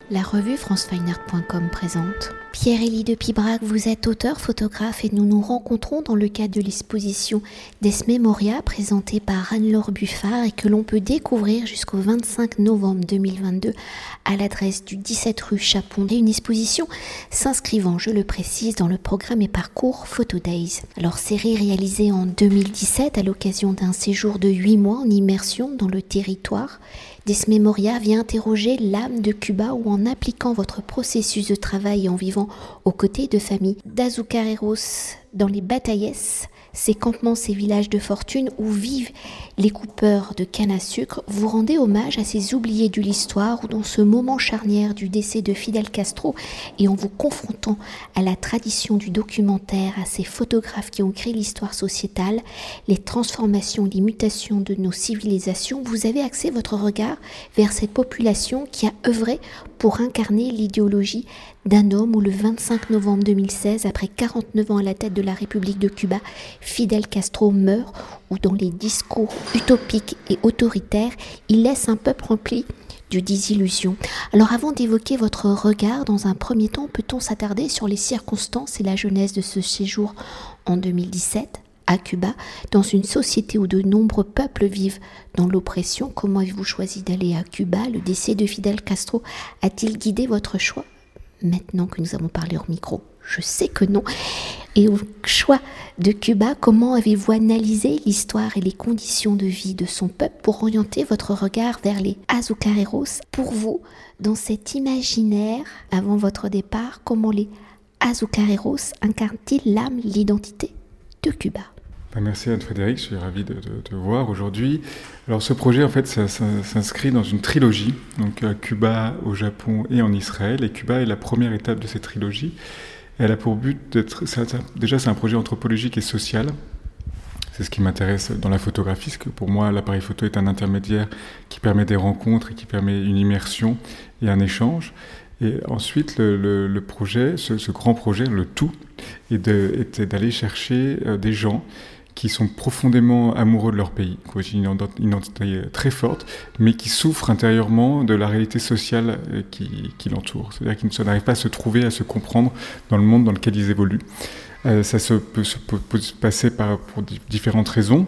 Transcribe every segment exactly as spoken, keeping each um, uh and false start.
La revue france fine art point com présente. Pierre-Élie de Pibrac, vous êtes auteur, photographe et nous nous rencontrons dans le cadre de l'exposition Des Memoria présentée par Anne-Laure Buffard et que l'on peut découvrir jusqu'au vingt-cinq novembre deux mille vingt-deux à l'adresse du dix-sept rue Chapon. Et une exposition s'inscrivant, je le précise, dans le programme et parcours Photo Days. Alors, série réalisée en deux mille dix-sept à l'occasion d'un séjour de huit mois en immersion dans le territoire, Des Memoria vient interroger l'âme de Cuba où en appliquant votre processus de travail et en vivant aux côtés de familles d'azucareros dans les Batalles, ces campements, ces villages de fortune où vivent les coupeurs de canne à sucre, vous rendez hommage à ces oubliés de l'histoire où dans ce moment charnière du décès de Fidel Castro et en vous confrontant à la tradition du documentaire, à ces photographes qui ont créé l'histoire sociétale, les transformations, les mutations de nos civilisations, vous avez axé votre regard vers cette population qui a œuvré pour incarner l'idéologie d'un homme où le vingt-cinq novembre deux mille seize, après quarante-neuf ans à la tête de la République de Cuba, Fidel Castro meurt, où dans les discours utopiques et autoritaires, il laisse un peuple rempli de désillusions. Alors avant d'évoquer votre regard, dans un premier temps, peut-on s'attarder sur les circonstances et la jeunesse de ce séjour en deux mille dix-sept à Cuba, dans une société où de nombreux peuples vivent dans l'oppression? Comment avez-vous choisi d'aller à Cuba? Le décès de Fidel Castro a-t-il guidé votre choix? Maintenant que nous avons parlé hors micro, je sais que non. Et au choix de Cuba, comment avez-vous analysé l'histoire et les conditions de vie de son peuple pour orienter votre regard vers les azucareros? Pour vous, dans cet imaginaire, avant votre départ, comment les azucareros incarnent-ils l'âme, l'identité de Cuba? Merci Anne-Frédérique, je suis ravi de te voir aujourd'hui. Alors ce projet en fait ça, ça s'inscrit dans une trilogie, donc à Cuba, au Japon et en Israël. Et Cuba est la première étape de cette trilogie. Elle a pour but d'être, ça, ça, déjà c'est un projet anthropologique et social. C'est ce qui m'intéresse dans la photographie, parce que pour moi l'appareil photo est un intermédiaire qui permet des rencontres et qui permet une immersion et un échange. Et ensuite, le, le, le projet, ce, ce grand projet, le tout, est, de, est d'aller chercher euh, des gens qui sont profondément amoureux de leur pays, qui ont une identité très forte, mais qui souffrent intérieurement de la réalité sociale qui, qui l'entoure. C'est-à-dire qu'ils n'arrivent pas à se trouver, à se comprendre dans le monde dans lequel ils évoluent. Euh, ça se peut, se peut, peut se passer par, pour différentes raisons.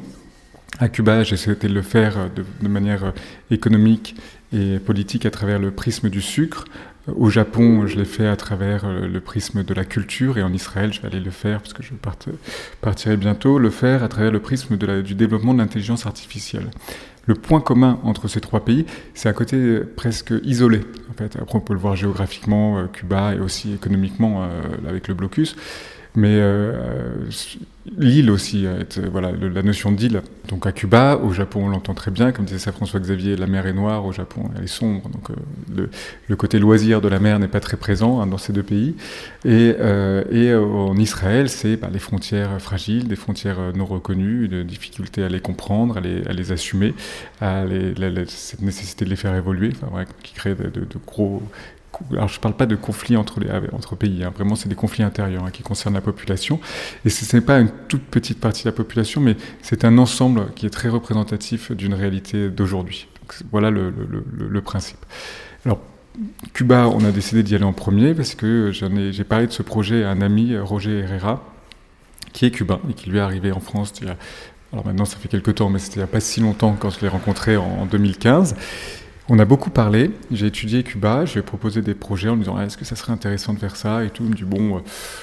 À Cuba, j'ai souhaité le faire de, de manière économique et politique à travers le prisme du sucre. Au Japon, je l'ai fait à travers le prisme de la culture, et en Israël, je vais aller le faire, parce que je part, partirai bientôt, le faire à travers le prisme de la, du développement de l'intelligence artificielle. Le point commun entre ces trois pays, c'est un côté presque isolé. En fait, après, on peut le voir géographiquement, Cuba, et aussi économiquement euh, avec le blocus. Mais euh, l'île aussi, est, voilà, le, la notion d'île. Donc à Cuba, au Japon, on l'entend très bien, comme disait ça François Xavier, la mer est noire, au Japon, elle est sombre. Donc euh, le, le côté loisir de la mer n'est pas très présent hein, dans ces deux pays. Et, euh, et en Israël, c'est bah, les frontières fragiles, des frontières non reconnues, une difficulté à les comprendre, à les, à les assumer, à les, la, la, cette nécessité de les faire évoluer, enfin, ouais, qui crée de, de, de gros... Alors je ne parle pas de conflits entre, les, entre pays, hein. Vraiment c'est des conflits intérieurs hein, qui concernent la population. Et ce n'est pas une toute petite partie de la population, mais c'est un ensemble qui est très représentatif d'une réalité d'aujourd'hui. Donc, voilà le, le, le, le principe. Alors Cuba, on a décidé d'y aller en premier parce que j'en ai, j'ai parlé de ce projet à un ami, Roger Herrera, qui est cubain et qui lui est arrivé en France il y a, alors maintenant ça fait quelques temps, mais c'était il n'y a pas si longtemps quand je l'ai rencontré en, en deux mille quinze. On a beaucoup parlé, j'ai étudié Cuba, je lui ai proposé des projets en lui disant ah, « est-ce que ça serait intéressant de faire ça ?» et tout. Il me dit « bon, euh,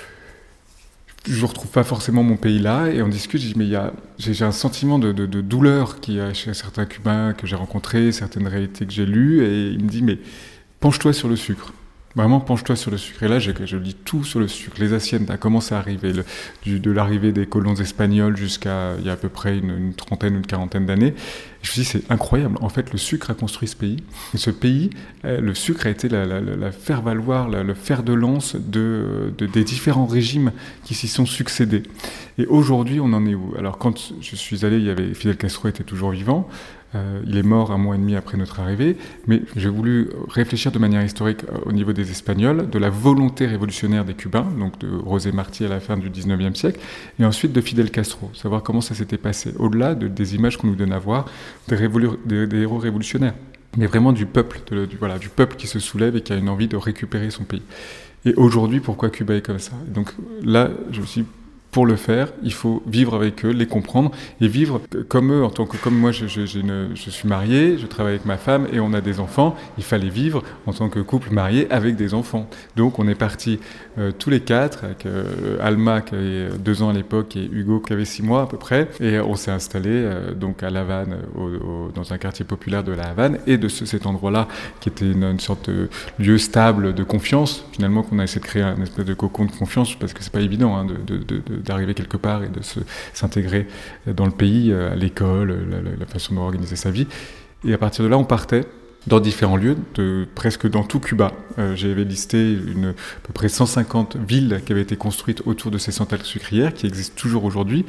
je ne retrouve pas forcément mon pays là » et on discute, je dis « mais il y a, j'ai, j'ai un sentiment de, de, de douleur qu'il y a chez certains Cubains que j'ai rencontrés, certaines réalités que j'ai lues » et il me dit « mais penche-toi sur le sucre ». Vraiment, penche-toi sur le sucre. Et là, je, je lis tout sur le sucre. Les assiettes, comment c'est arrivé, le, du, de l'arrivée des colons espagnols jusqu'à il y a à peu près une, une trentaine ou une quarantaine d'années. Et je me suis dit, c'est incroyable. En fait, le sucre a construit ce pays. Et ce pays, le sucre a été la, la, la faire valoir, la, le fer de lance de, de, des différents régimes qui s'y sont succédés. Et aujourd'hui, on en est où? Alors, quand je suis allé, il y avait Fidel Castro était toujours vivant. Euh, il est mort un mois et demi après notre arrivée, mais j'ai voulu réfléchir de manière historique au niveau des Espagnols, de la volonté révolutionnaire des Cubains, donc de José Martí à la fin du dix-neuvième siècle, et ensuite de Fidel Castro, savoir comment ça s'était passé, au-delà de, des images qu'on nous donne à voir des, révolu- des, des héros révolutionnaires. mais vraiment du peuple, de, du, voilà, du peuple qui se soulève et qui a une envie de récupérer son pays. Et aujourd'hui, pourquoi Cuba est comme ça ? Et donc là, je me suis dit, pour le faire, il faut vivre avec eux, les comprendre et vivre comme eux. En tant que, comme moi, je, je, j'ai une, je suis marié, je travaille avec ma femme et on a des enfants. Il fallait vivre en tant que couple marié avec des enfants. Donc, on est partis euh, tous les quatre, avec euh, Alma qui avait deux ans à l'époque et Hugo qui avait six mois à peu près. Et on s'est installé euh, donc à La Havane, au, au, dans un quartier populaire de La Havane. Et de ce, cet endroit-là, qui était une, une sorte de lieu stable de confiance, finalement, qu'on a essayé de créer un espèce de cocon de confiance, parce que c'est pas évident hein, de, de, de, de d'arriver quelque part et de se, s'intégrer dans le pays, à l'école, la, la, la façon d'organiser sa vie. Et à partir de là, on partait dans différents lieux, de, presque dans tout Cuba. Euh, j'avais listé une, à peu près cent cinquante villes qui avaient été construites autour de ces centrales sucrières, qui existent toujours aujourd'hui.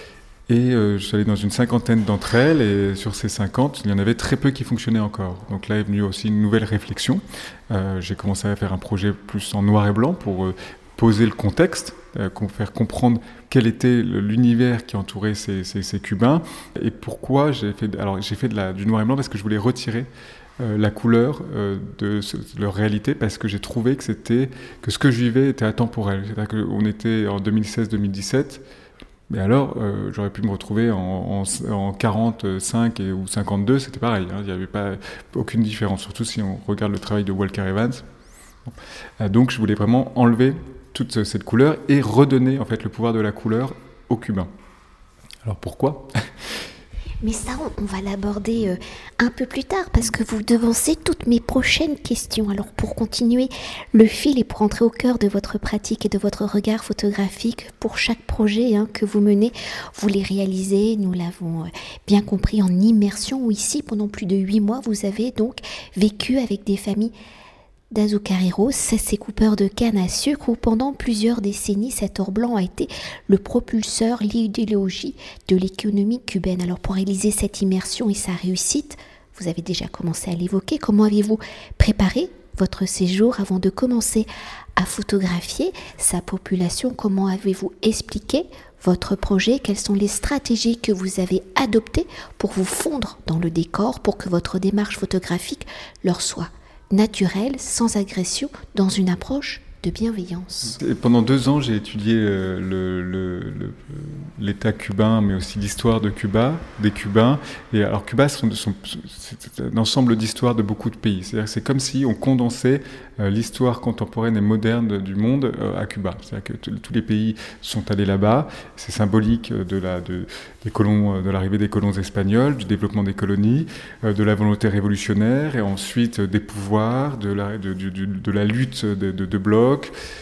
Et euh, je suis allé dans une cinquantaine d'entre elles, et sur ces cinquante, il y en avait très peu qui fonctionnaient encore. Donc là est venue aussi une nouvelle réflexion. Euh, j'ai commencé à faire un projet plus en noir et blanc pour euh, poser le contexte, euh, faire comprendre quel était l'univers qui entourait ces, ces, ces Cubains et pourquoi j'ai fait. Alors j'ai fait de la, du noir et blanc parce que je voulais retirer euh, la couleur euh, de, ce, de leur réalité, parce que j'ai trouvé que c'était que ce que je vivais était atemporel. C'est-à-dire qu'on était en deux mille seize deux mille dix-sept. Mais alors, euh, j'aurais pu me retrouver en, en, en quarante-cinq et, ou cinquante-deux, c'était pareil. Hein, il n'y avait pas aucune différence, surtout si on regarde le travail de Walker Evans. Bon. Euh, donc, je voulais vraiment enlever toute cette couleur et redonner en fait le pouvoir de la couleur aux Cubains. Alors pourquoi ? Mais ça, on va l'aborder euh, un peu plus tard, parce que vous devancez toutes mes prochaines questions. Alors pour continuer le fil et pour entrer au cœur de votre pratique et de votre regard photographique pour chaque projet hein, que vous menez, vous les réalisez, nous l'avons euh, bien compris, en immersion, où ici, pendant plus de huit mois, vous avez donc vécu avec des familles d'azucareros, ces coupeurs de canne à sucre, où pendant plusieurs décennies, cet or blanc a été le propulseur, l'idéologie de l'économie cubaine. Alors pour réaliser cette immersion et sa réussite, vous avez déjà commencé à l'évoquer, comment avez-vous préparé votre séjour avant de commencer à photographier sa population? Comment avez-vous expliqué votre projet? Quelles sont les stratégies que vous avez adoptées pour vous fondre dans le décor, pour que votre démarche photographique leur soit naturel, sans agression, dans une approche de bienveillance. Et pendant deux ans, j'ai étudié euh, le, le, le, l'État cubain, mais aussi l'histoire de Cuba, des Cubains. Et alors, Cuba, sont, sont, c'est un ensemble d'histoires de beaucoup de pays. C'est-à-dire que c'est comme si on condensait euh, l'histoire contemporaine et moderne du monde euh, à Cuba. C'est-à-dire que t- tous les pays sont allés là-bas. C'est symbolique de, la, de, des colons, de l'arrivée des colons espagnols, du développement des colonies, euh, de la volonté révolutionnaire, et ensuite euh, des pouvoirs, de la, de, de, de, de la lutte de, de, de blocs,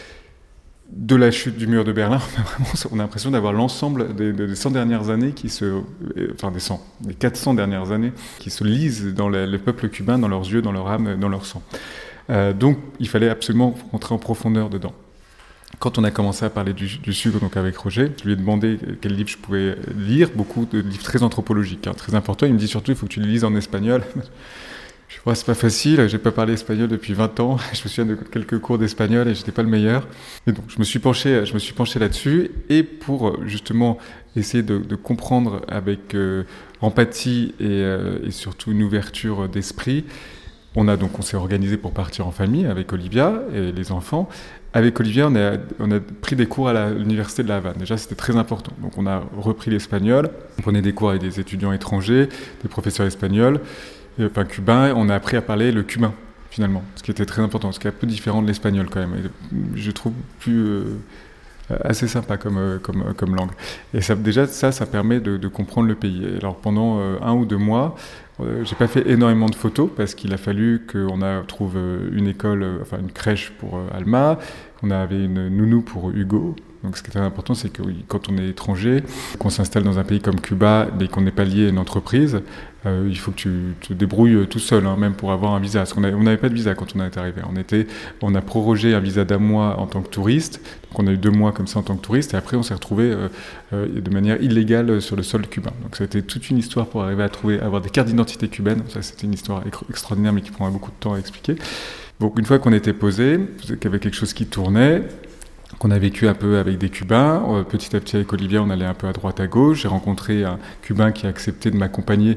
de la chute du mur de Berlin. On a, vraiment, on a l'impression d'avoir l'ensemble des, des cent dernières années qui se, enfin des cent, des quatre cents dernières années qui se lisent dans le, le peuple cubain, dans leurs yeux, dans leur âme, dans leur sang. Euh, donc, il fallait absolument rentrer en profondeur dedans. Quand on a commencé à parler du, du sucre, donc avec Roger, je lui ai demandé quel livre je pouvais lire, beaucoup de livres très anthropologiques, hein, très importants. Il me dit surtout, il faut que tu le lises en espagnol. Je vois, c'est pas facile, j'ai pas parlé espagnol depuis vingt ans, je me souviens de quelques cours d'espagnol et j'étais pas le meilleur. Et donc je me suis penché, je me suis penché là-dessus, et pour justement essayer de, de comprendre avec euh, empathie et, euh, et surtout une ouverture d'esprit, on a donc on s'est organisé pour partir en famille avec Olivia et les enfants. Avec Olivia, on a, on a pris des cours à la, l'université de La Havane. Déjà, c'était très important. Donc on a repris l'espagnol, on prenait des cours avec des étudiants étrangers, des professeurs espagnols, enfin cubain, on a appris à parler le cubain finalement, ce qui était très important, ce qui est un peu différent de l'espagnol quand même. Et je trouve plus euh, assez sympa comme euh, comme comme langue. Et ça, déjà ça, ça permet de, de comprendre le pays. Et alors pendant euh, un ou deux mois, euh, j'ai pas fait énormément de photos parce qu'il a fallu qu'on a trouve une école, euh, enfin une crèche pour euh, Alma, qu'on avait une nounou pour Hugo. Donc ce qui est très important, c'est que oui, quand on est étranger, qu'on s'installe dans un pays comme Cuba, mais qu'on n'est pas lié à une entreprise, euh, il faut que tu te débrouilles tout seul, hein, même pour avoir un visa. Parce qu'on n'avait pas de visa quand on est arrivé. On, était, on a prorogé un visa d'un mois en tant que touriste, donc on a eu deux mois comme ça en tant que touriste, et après on s'est retrouvé euh, euh, de manière illégale sur le sol cubain. Donc ça a été toute une histoire pour arriver à trouver, à avoir des cartes d'identité cubaines. Ça, c'était une histoire extraordinaire, mais qui prendra beaucoup de temps à expliquer. Donc une fois qu'on était posé, qu'il y avait quelque chose qui tournait, qu'on a vécu un peu avec des Cubains. Euh, petit à petit, avec Olivia, on allait un peu à droite, à gauche. J'ai rencontré un Cubain qui a accepté de m'accompagner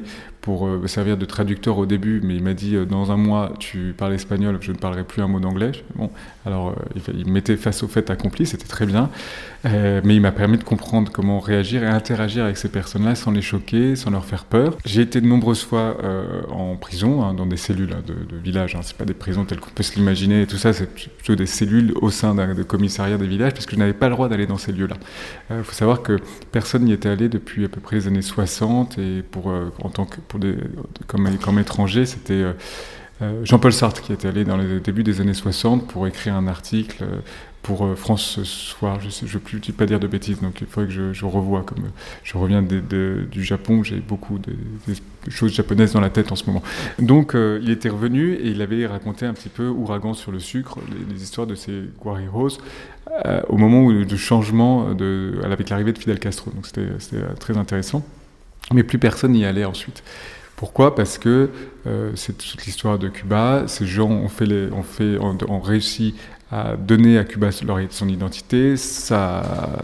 pour euh, servir de traducteur au début, mais il m'a dit euh, dans un mois tu parles espagnol, je ne parlerai plus un mot d'anglais. Bon, alors euh, il, il me mettait face au fait accompli, c'était très bien, euh, mais il m'a permis de comprendre comment réagir et interagir avec ces personnes-là sans les choquer, sans leur faire peur. J'ai été de nombreuses fois euh, en prison, hein, dans des cellules hein, de, de village, hein. C'est pas des prisons telles qu'on peut se l'imaginer et tout ça, c'est plutôt des cellules au sein d'un de commissariat des villages, parce que je n'avais pas le droit d'aller dans ces lieux-là. Il euh, faut savoir que personne n'y était allé depuis à peu près les années soixante, et pour, euh, en tant que, pour des, comme, comme étranger, c'était euh, euh, Jean-Paul Sartre qui était allé dans le début des années soixante pour écrire un article euh, pour euh, France Soir, je ne veux plus pas dire de bêtises, donc il faudrait que je, je revoie, comme je reviens de, de, du Japon, j'ai beaucoup de, de choses japonaises dans la tête en ce moment. Donc euh, il était revenu et il avait raconté un petit peu Ouragan sur le sucre, les, les histoires de ces guariros, euh, au moment où, du changement de, avec l'arrivée de Fidel Castro, donc c'était, c'était très intéressant. Mais plus personne n'y allait ensuite. Pourquoi ? Parce que euh, c'est toute l'histoire de Cuba, ces gens ont, fait les, ont, fait, ont, ont réussi à donner à Cuba son identité, sa,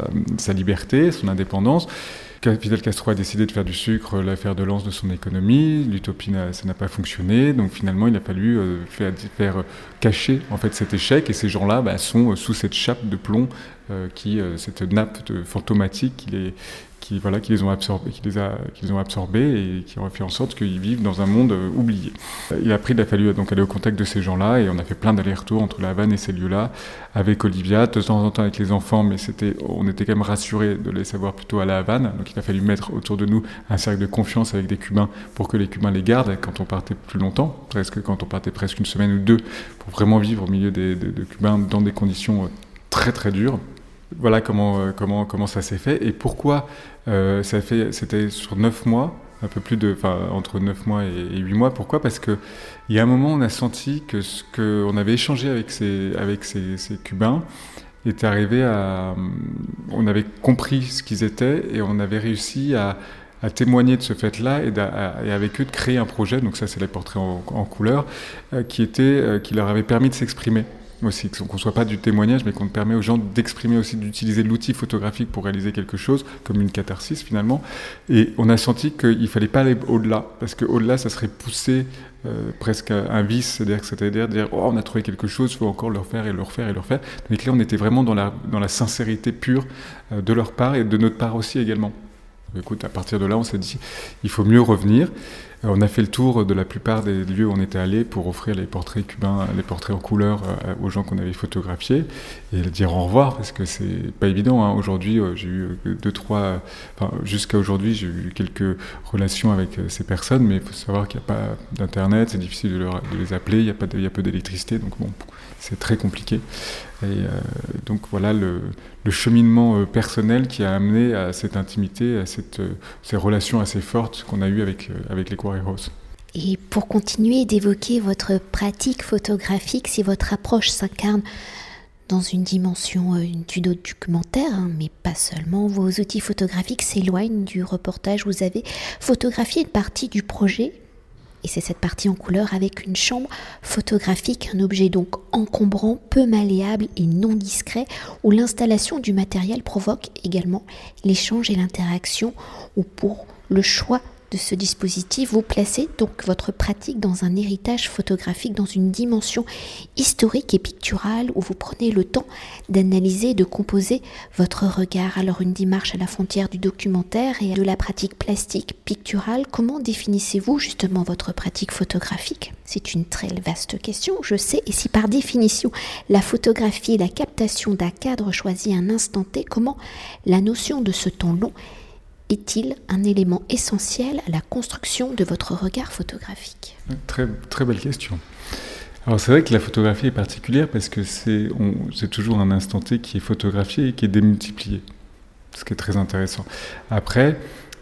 sa liberté, son indépendance. Fidel Castro a décidé de faire du sucre la fer de lance de son économie. L'utopie, n'a, ça n'a pas fonctionné. Donc finalement, il a fallu euh, faire, faire cacher en fait, cet échec. Et ces gens-là bah, sont sous cette chape de plomb, euh, qui, euh, cette nappe de, fantomatique qui les, qui, voilà, qui, les ont absorbés, qui, les a, qui les ont absorbés et qui ont fait en sorte qu'ils vivent dans un monde euh, oublié. Il a, pris, il a fallu donc aller au contact de ces gens-là et on a fait plein d'allers-retours entre La Havane et ces lieux-là avec Olivia, de temps en temps avec les enfants, mais c'était, on était quand même rassurés de les savoir plutôt à La Havane. Donc il a fallu mettre autour de nous un cercle de confiance avec des Cubains pour que les Cubains les gardent quand on partait plus longtemps, presque quand on partait presque une semaine ou deux, pour vraiment vivre au milieu des, de, de Cubains dans des conditions très très dures. Voilà comment, euh, comment, comment ça s'est fait et pourquoi euh, ça fait, c'était sur neuf mois, un peu plus de, enfin entre neuf mois et, et huit mois. Pourquoi ? Parce qu'il y a un moment, on a senti que ce qu'on avait échangé avec ces, avec ces, ces Cubains était arrivé à... On avait compris ce qu'ils étaient et on avait réussi à, à témoigner de ce fait-là et, et avec eux de créer un projet, donc ça c'est les portraits en, en couleur, euh, qui, était, euh, qui leur avait permis de s'exprimer. Aussi, qu'on ne soit pas du témoignage, mais qu'on permet aux gens d'exprimer aussi, d'utiliser l'outil photographique pour réaliser quelque chose, comme une catharsis finalement. Et on a senti qu'il ne fallait pas aller au-delà, parce qu'au-delà, ça serait pousser euh, presque à un vice, c'est-à-dire, c'est-à-dire dire « oh, on a trouvé quelque chose, il faut encore le refaire et le refaire et le refaire ». Donc là, on était vraiment dans la, dans la sincérité pure euh, de leur part et de notre part aussi également. Écoute, à partir de là, on s'est dit il faut mieux revenir. On a fait le tour de la plupart des lieux où on était allé pour offrir les portraits cubains, les portraits en couleur euh, aux gens qu'on avait photographiés et dire au revoir parce que c'est pas évident. Hein. Aujourd'hui, euh, j'ai eu deux, trois, enfin, jusqu'à aujourd'hui, j'ai eu quelques relations avec euh, ces personnes, mais il faut savoir qu'il n'y a pas d'internet, c'est difficile de, leur, de les appeler, il y a pas de, il y a peu d'électricité, donc bon, c'est très compliqué. Et euh, donc voilà le, le cheminement euh, personnel qui a amené à cette intimité, à cette, euh, ces relations assez fortes qu'on a eues avec, euh, avec les Guariros. Et pour continuer d'évoquer votre pratique photographique, si votre approche s'incarne dans une dimension euh, du documentaire, hein, mais pas seulement, vos outils photographiques s'éloignent du reportage. Vous avez photographié une partie du projet. Et c'est cette partie en couleur avec une chambre photographique, un objet donc encombrant, peu malléable et non discret, où l'installation du matériel provoque également l'échange et l'interaction, ou pour le choix de ce dispositif, vous placez donc votre pratique dans un héritage photographique, dans une dimension historique et picturale où vous prenez le temps d'analyser et de composer votre regard. Alors une démarche à la frontière du documentaire et de la pratique plastique picturale. Comment définissez-vous justement votre pratique photographique ? C'est une très vaste question, je sais, et si par définition la photographie est la captation d'un cadre choisi à un instant T, comment la notion de ce temps long est-il un élément essentiel à la construction de votre regard photographique ? Très, très belle question. Alors c'est vrai que la photographie est particulière parce que c'est, on, c'est toujours un instant T qui est photographié et qui est démultiplié, ce qui est très intéressant. Après,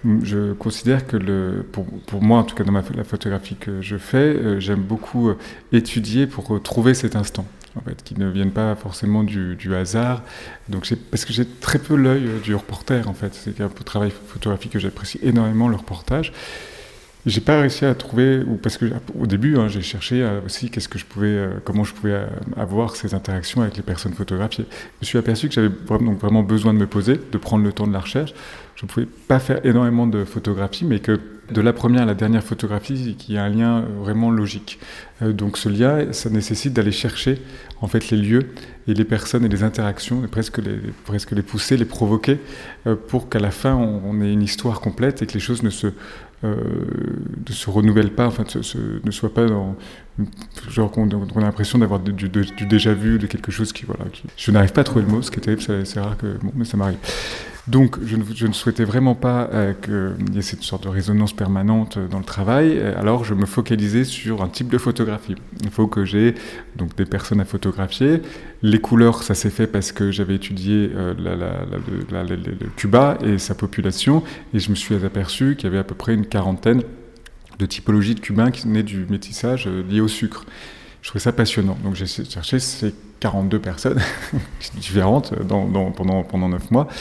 je considère que le, pour, pour moi, en tout cas dans ma, la photographie que je fais, euh, j'aime beaucoup euh, étudier pour euh, trouver cet instant. En fait, qui ne viennent pas forcément du, du hasard. Donc j'ai, parce que j'ai très peu l'œil du reporter, en fait. C'est un travail photographique que j'apprécie énormément, le reportage. J'ai pas réussi à trouver, ou parce que au début, hein, j'ai cherché à, aussi qu'est-ce que je pouvais, euh, comment je pouvais euh, avoir ces interactions avec les personnes photographiées. Je me suis aperçu que j'avais vraiment, donc vraiment besoin de me poser, de prendre le temps de la recherche. Je ne pouvais pas faire énormément de photographies, mais que de la première à la dernière photographie, qu'il y a un lien vraiment logique. Euh, donc ce lien, ça nécessite d'aller chercher en fait les lieux et les personnes et les interactions, et presque les, presque les pousser, les provoquer, euh, pour qu'à la fin on, on ait une histoire complète et que les choses ne se, euh, ne se renouvellent pas, enfin se, se, ne soient pas dans genre qu'on, qu'on a l'impression d'avoir du, du, du déjà vu, de quelque chose qui voilà. Qui... Je n'arrive pas à trouver le mot, ce qui est terrible, c'est, c'est rare que bon, mais ça m'arrive. Donc, je ne, je ne souhaitais vraiment pas euh, qu'il y ait cette sorte de résonance permanente dans le travail. Alors, je me focalisais sur un type de photographie. Il faut que j'ai donc des personnes à photographier. Les couleurs, ça s'est fait parce que j'avais étudié euh, la, la, la, la, la, le Cuba et sa population, et je me suis aperçu qu'il y avait à peu près une quarantaine de typologies de Cubains qui venaient du métissage euh, lié au sucre. Je trouvais ça passionnant. Donc, j'ai cherché ces quarante-deux personnes différentes dans, dans, pendant, pendant neuf mois.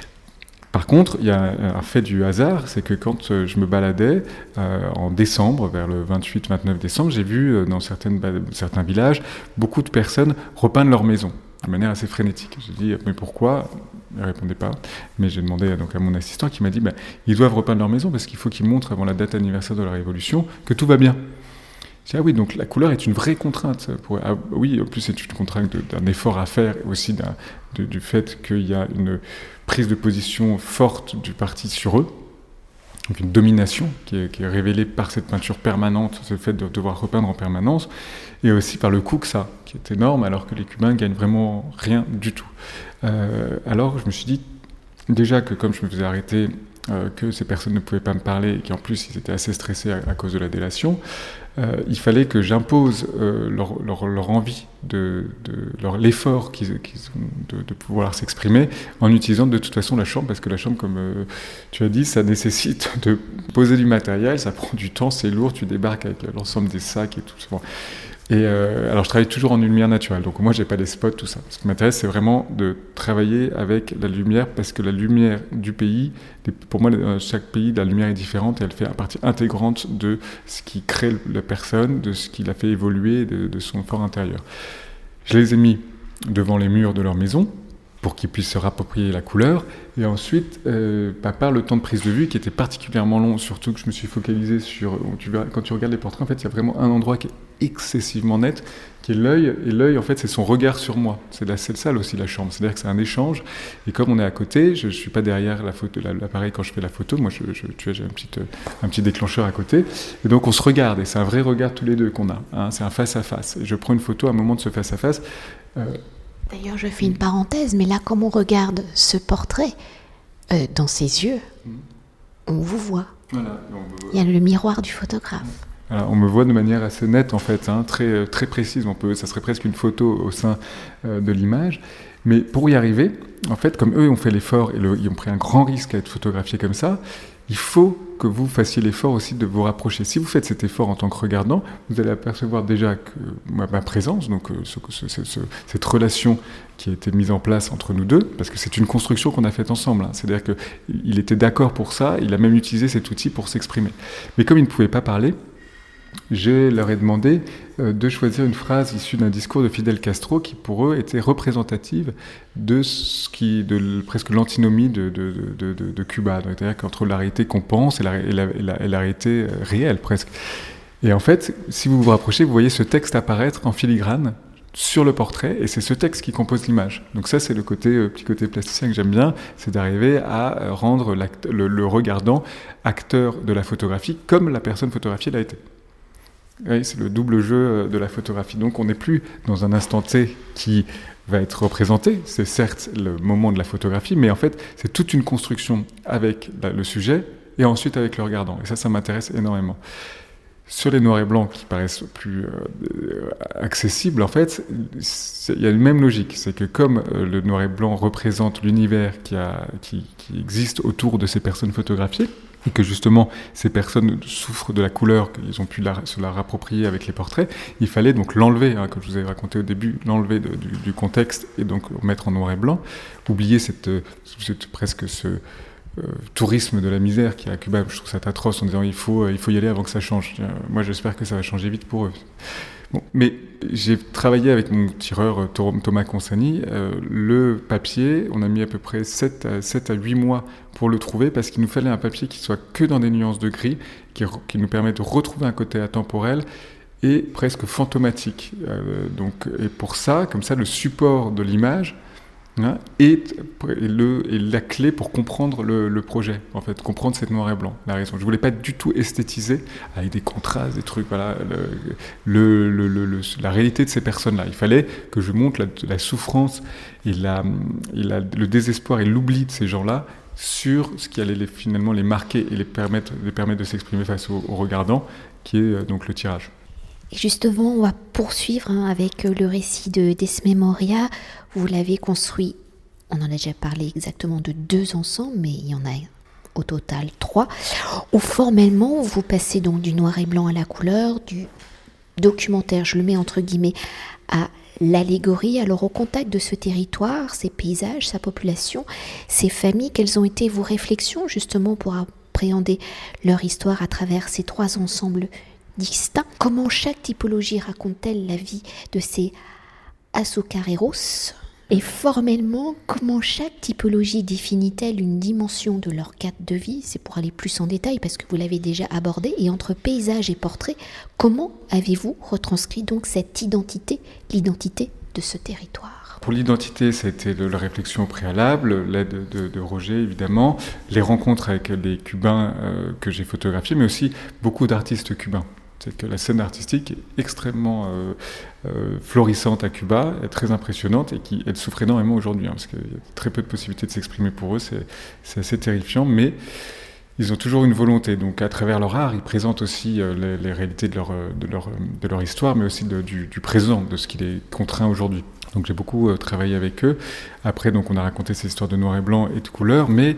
Par contre, il y a un fait du hasard, c'est que quand je me baladais euh, en décembre, vers le vingt-huit vingt-neuf décembre, j'ai vu euh, dans certaines, certains villages beaucoup de personnes repeindre leur maison de manière assez frénétique. J'ai dit, mais pourquoi ? Il ne répondait pas. Mais j'ai demandé donc, à mon assistant qui m'a dit, bah, ils doivent repeindre leur maison parce qu'il faut qu'ils montrent avant la date anniversaire de la Révolution que tout va bien. J'ai dit, ah oui, donc la couleur est une vraie contrainte. Pour, ah, oui, en plus c'est une contrainte de, d'un effort à faire, aussi d'un, de, du fait qu'il y a une prise de position forte du parti sur eux, donc une domination qui est, qui est révélée par cette peinture permanente, ce fait de devoir repeindre en permanence, et aussi par le coût que ça, qui est énorme, alors que les Cubains gagnent vraiment rien du tout. Euh, alors je me suis dit, déjà que comme je me faisais arrêter, euh, que ces personnes ne pouvaient pas me parler, et qu'en plus ils étaient assez stressés à, à cause de la délation, euh, il fallait que j'impose euh, leur, leur, leur envie, de, de, leur, l'effort qu'ils, qu'ils ont de, de pouvoir s'exprimer en utilisant de toute façon la chambre, parce que la chambre, comme euh, tu as dit, ça nécessite de poser du matériel, ça prend du temps, c'est lourd, tu débarques avec l'ensemble des sacs et tout ça. Bon. Et euh, alors je travaille toujours en lumière naturelle, donc moi j'ai pas les spots, tout ça. Ce qui m'intéresse, c'est vraiment de travailler avec la lumière, parce que la lumière du pays, pour moi chaque pays, la lumière est différente et elle fait partie intégrante de ce qui crée la personne, de ce qui la fait évoluer, de, de son fort intérieur. Je les ai mis devant les murs de leur maison pour qu'ils puissent se rapproprier la couleur, et ensuite, euh, bah, par le temps de prise de vue qui était particulièrement long, surtout que je me suis focalisé sur, tu verras, quand tu regardes les portraits, en fait, il y a vraiment un endroit qui est excessivement net, qui est l'œil, et l'œil, en fait, c'est son regard sur moi. C'est la c'est ça aussi, la chambre, c'est-à-dire que c'est un échange, et comme on est à côté, je ne suis pas derrière la photo, l'appareil quand je fais la photo, moi, je, je, tu vois, j'ai un petit, un petit déclencheur à côté, et donc on se regarde, et c'est un vrai regard tous les deux qu'on a, hein, c'est un face-à-face, et je prends une photo à un moment de ce face-à-face. Euh, D'ailleurs, je fais une parenthèse, mais là, comme on regarde ce portrait, euh, dans ses yeux, mmh. on vous voit. Voilà, on me... Il y a le miroir du photographe. Voilà, on me voit de manière assez nette, en fait, hein, très, très précise. On peut, ça serait presque une photo au sein euh, de l'image. Mais pour y arriver, en fait, comme eux ont fait l'effort et le, ils ont pris un grand risque à être photographiés comme ça, il faut que vous fassiez l'effort aussi de vous rapprocher. Si vous faites cet effort en tant que regardant, vous allez apercevoir déjà que ma, ma présence, donc ce, ce, ce, ce, cette relation qui a été mise en place entre nous deux, parce que c'est une construction qu'on a faite ensemble, hein. C'est-à-dire qu'il était d'accord pour ça, il a même utilisé cet outil pour s'exprimer. Mais comme il ne pouvait pas parler, je leur ai demandé euh, de choisir une phrase issue d'un discours de Fidel Castro qui, pour eux, était représentative de ce qui, de presque l'antinomie de, de, de, de, de Cuba, c'est-à-dire qu'entre la réalité qu'on pense et la, et la, et la, et la réalité réelle, presque. Et en fait, si vous vous rapprochez, vous voyez ce texte apparaître en filigrane sur le portrait, et c'est ce texte qui compose l'image. Donc ça, c'est le côté, euh, petit côté plasticien que j'aime bien, c'est d'arriver à rendre le, le regardant acteur de la photographie comme la personne photographiée l'a été. Oui, c'est le double jeu de la photographie. Donc on n'est plus dans un instant T qui va être représenté. C'est certes le moment de la photographie, mais en fait, c'est toute une construction avec le sujet et ensuite avec le regardant. Et ça, ça m'intéresse énormément. Sur les noirs et blancs qui paraissent plus euh, accessibles, en fait, il y a une même logique. C'est que comme euh, le noir et blanc représente l'univers qui, a, qui, qui existe autour de ces personnes photographiées, et que justement ces personnes souffrent de la couleur, qu'ils ont pu la, se la rapproprier avec les portraits, il fallait donc l'enlever, hein, comme je vous ai raconté au début, l'enlever de, du, du contexte et donc mettre en noir et blanc, oublier cette, cette, presque ce euh, tourisme de la misère qui est à Cuba. Je trouve ça atroce en disant il faut, il faut y aller avant que ça change. Moi j'espère que ça va changer vite pour eux. Bon, mais j'ai travaillé avec mon tireur Thomas Consani. Euh, le papier, on a mis à peu près sept à huit mois pour le trouver parce qu'il nous fallait un papier qui soit que dans des nuances de gris, qui, qui nous permet de retrouver un côté atemporel et presque fantomatique. Euh, donc, et pour ça, comme ça, le support de l'image hein, est, est, le, est la clé pour comprendre le, le projet, en fait, comprendre cette noir et blanc, la raison. Je voulais pas du tout esthétiser avec des contrastes, des trucs, voilà, le, le, le, le, la réalité de ces personnes-là. Il fallait que je montre la, la souffrance et, la, et la, le désespoir et l'oubli de ces gens-là sur ce qui allait les, finalement les marquer et les permettre, les permettre de s'exprimer face aux, aux regardants, qui est euh, donc le tirage. Et justement, on va poursuivre hein, avec le récit de Desmé Moria. Vous l'avez construit, on en a déjà parlé exactement de deux ensembles, mais il y en a au total trois, où formellement vous passez donc du noir et blanc à la couleur, du documentaire, je le mets entre guillemets, à l'allégorie. Alors au contact de ce territoire, ces paysages, sa population, ces familles, quelles ont été vos réflexions justement pour appréhender leur histoire à travers ces trois ensembles distincts? Comment chaque typologie raconte-t-elle la vie de ces azucareros? Et formellement, comment chaque typologie définit-elle une dimension de leur cadre de vie? C'est pour aller plus en détail parce que vous l'avez déjà abordé. Et entre paysage et portrait, comment avez-vous retranscrit donc cette identité, l'identité de ce territoire? Pour l'identité, ça a été la réflexion préalable, l'aide de, de Roger évidemment, les rencontres avec les Cubains euh, que j'ai photographiés, mais aussi beaucoup d'artistes cubains. C'est que la scène artistique est extrêmement euh, euh, florissante à Cuba, est très impressionnante et qui elle souffre énormément aujourd'hui, hein, parce qu'il y a très peu de possibilités de s'exprimer pour eux, c'est, c'est assez terrifiant, mais ils ont toujours une volonté. Donc à travers leur art, ils présentent aussi euh, les, les réalités de leur, de, leur, de leur histoire, mais aussi de, du, du présent, de ce qui les contraint aujourd'hui. Donc j'ai beaucoup euh, travaillé avec eux. Après, donc, on a raconté ces histoires de noir et blanc et de couleur, mais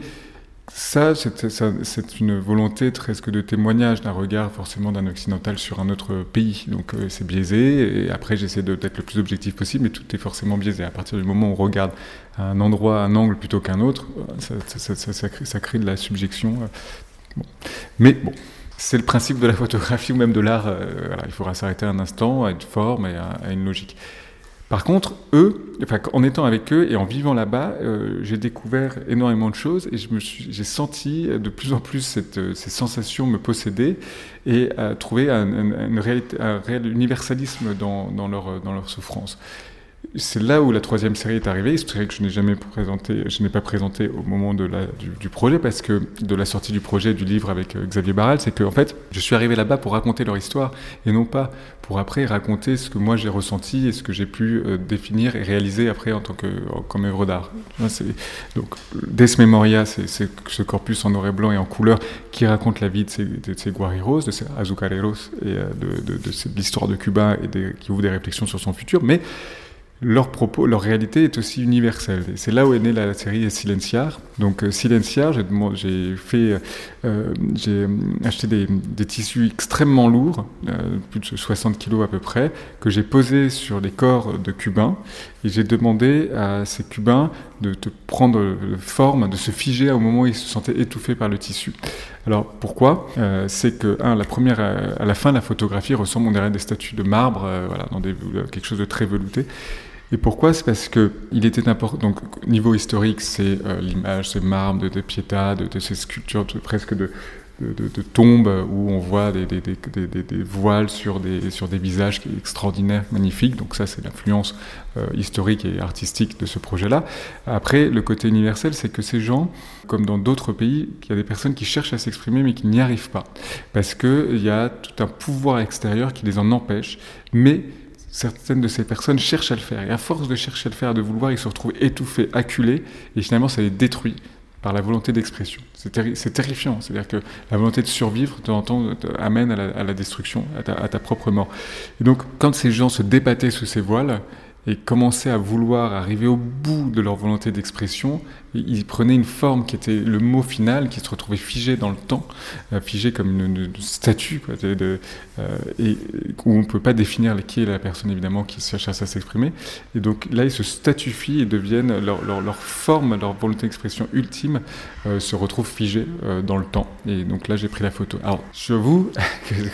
Ça c'est, ça, c'est une volonté presque de témoignage d'un regard forcément d'un occidental sur un autre pays. Donc euh, c'est biaisé, et après j'essaie de, d'être le plus objectif possible, mais tout est forcément biaisé. À partir du moment où on regarde à un endroit, un angle plutôt qu'un autre, ça, ça, ça, ça, ça, crée, ça crée de la subjection. Bon. Mais bon, c'est le principe de la photographie ou même de l'art. Euh, voilà, il faudra s'arrêter un instant à une forme et à, à une logique. Par contre, eux, enfin, en étant avec eux et en vivant là-bas, euh, j'ai découvert énormément de choses et je me suis, j'ai senti de plus en plus cette, ces sensations me posséder et euh, trouver un, un, une réalité, un réel universalisme dans, dans, leur, dans leur souffrance. C'est là où la troisième série est arrivée. C'est vrai que je n'ai jamais présenté, je n'ai pas présenté au moment de la, du, du projet, parce que de la sortie du projet du livre avec Xavier Barral, c'est que en fait, je suis arrivé là-bas pour raconter leur histoire et non pas pour après raconter ce que moi j'ai ressenti et ce que j'ai pu euh, définir et réaliser après en tant que comme œuvre d'art. C'est, donc, Desmé Moria, c'est, c'est ce corpus en noir et blanc et en couleur qui raconte la vie de ces, de ces guariros, de ces azucareros et euh, de, de, de, de, de l'histoire de Cuba et des, qui ouvre des réflexions sur son futur, mais leur propos, leur réalité est aussi universelle. Et c'est là où est née la, la série Silenciar. Donc euh, Silenciar, j'ai, j'ai fait, euh, j'ai acheté des, des tissus extrêmement lourds, euh, plus de soixante kilos à peu près, que j'ai posés sur les corps de Cubains. Et j'ai demandé à ces Cubains de, de prendre forme, de se figer au moment où ils se sentaient étouffés par le tissu. Alors pourquoi ? euh, C'est que un, la première, à la fin, la photographie ressemble, on dirait des statues de marbre, euh, voilà, dans des, quelque chose de très velouté. Et pourquoi ? C'est parce que il était important. Donc, niveau historique, c'est euh, l'image, c'est marbre, de, de Pietà, de, de ces sculptures de, presque de, de, de, de tombes où on voit des, des, des, des, des voiles sur des, sur des visages qui est extraordinaires, magnifiques. Donc ça, c'est l'influence euh, historique et artistique de ce projet-là. Après, le côté universel, c'est que ces gens, comme dans d'autres pays, il y a des personnes qui cherchent à s'exprimer mais qui n'y arrivent pas. Parce qu'il y a tout un pouvoir extérieur qui les en empêche. Mais certaines de ces personnes cherchent à le faire. Et à force de chercher à le faire, de vouloir, ils se retrouvent étouffés, acculés. Et finalement, ça les détruit par la volonté d'expression. C'est, terri- c'est terrifiant. C'est-à-dire que la volonté de survivre, de temps en temps, amène à la, à la destruction, à ta, à ta propre mort. Et donc, quand ces gens se débattaient sous ces voiles et commençaient à vouloir arriver au bout de leur volonté d'expression, ils prenaient une forme qui était le mot final, qui se retrouvait figé dans le temps, euh, figé comme une, une statue, quoi, de, de, euh, et où on ne peut pas définir qui est la personne évidemment qui cherche à s'exprimer. Et donc là, ils se statufient et deviennent leur, leur, leur forme, leur volonté d'expression ultime euh, se retrouve figée euh, dans le temps. Et donc là, j'ai pris la photo. Alors, j'avoue que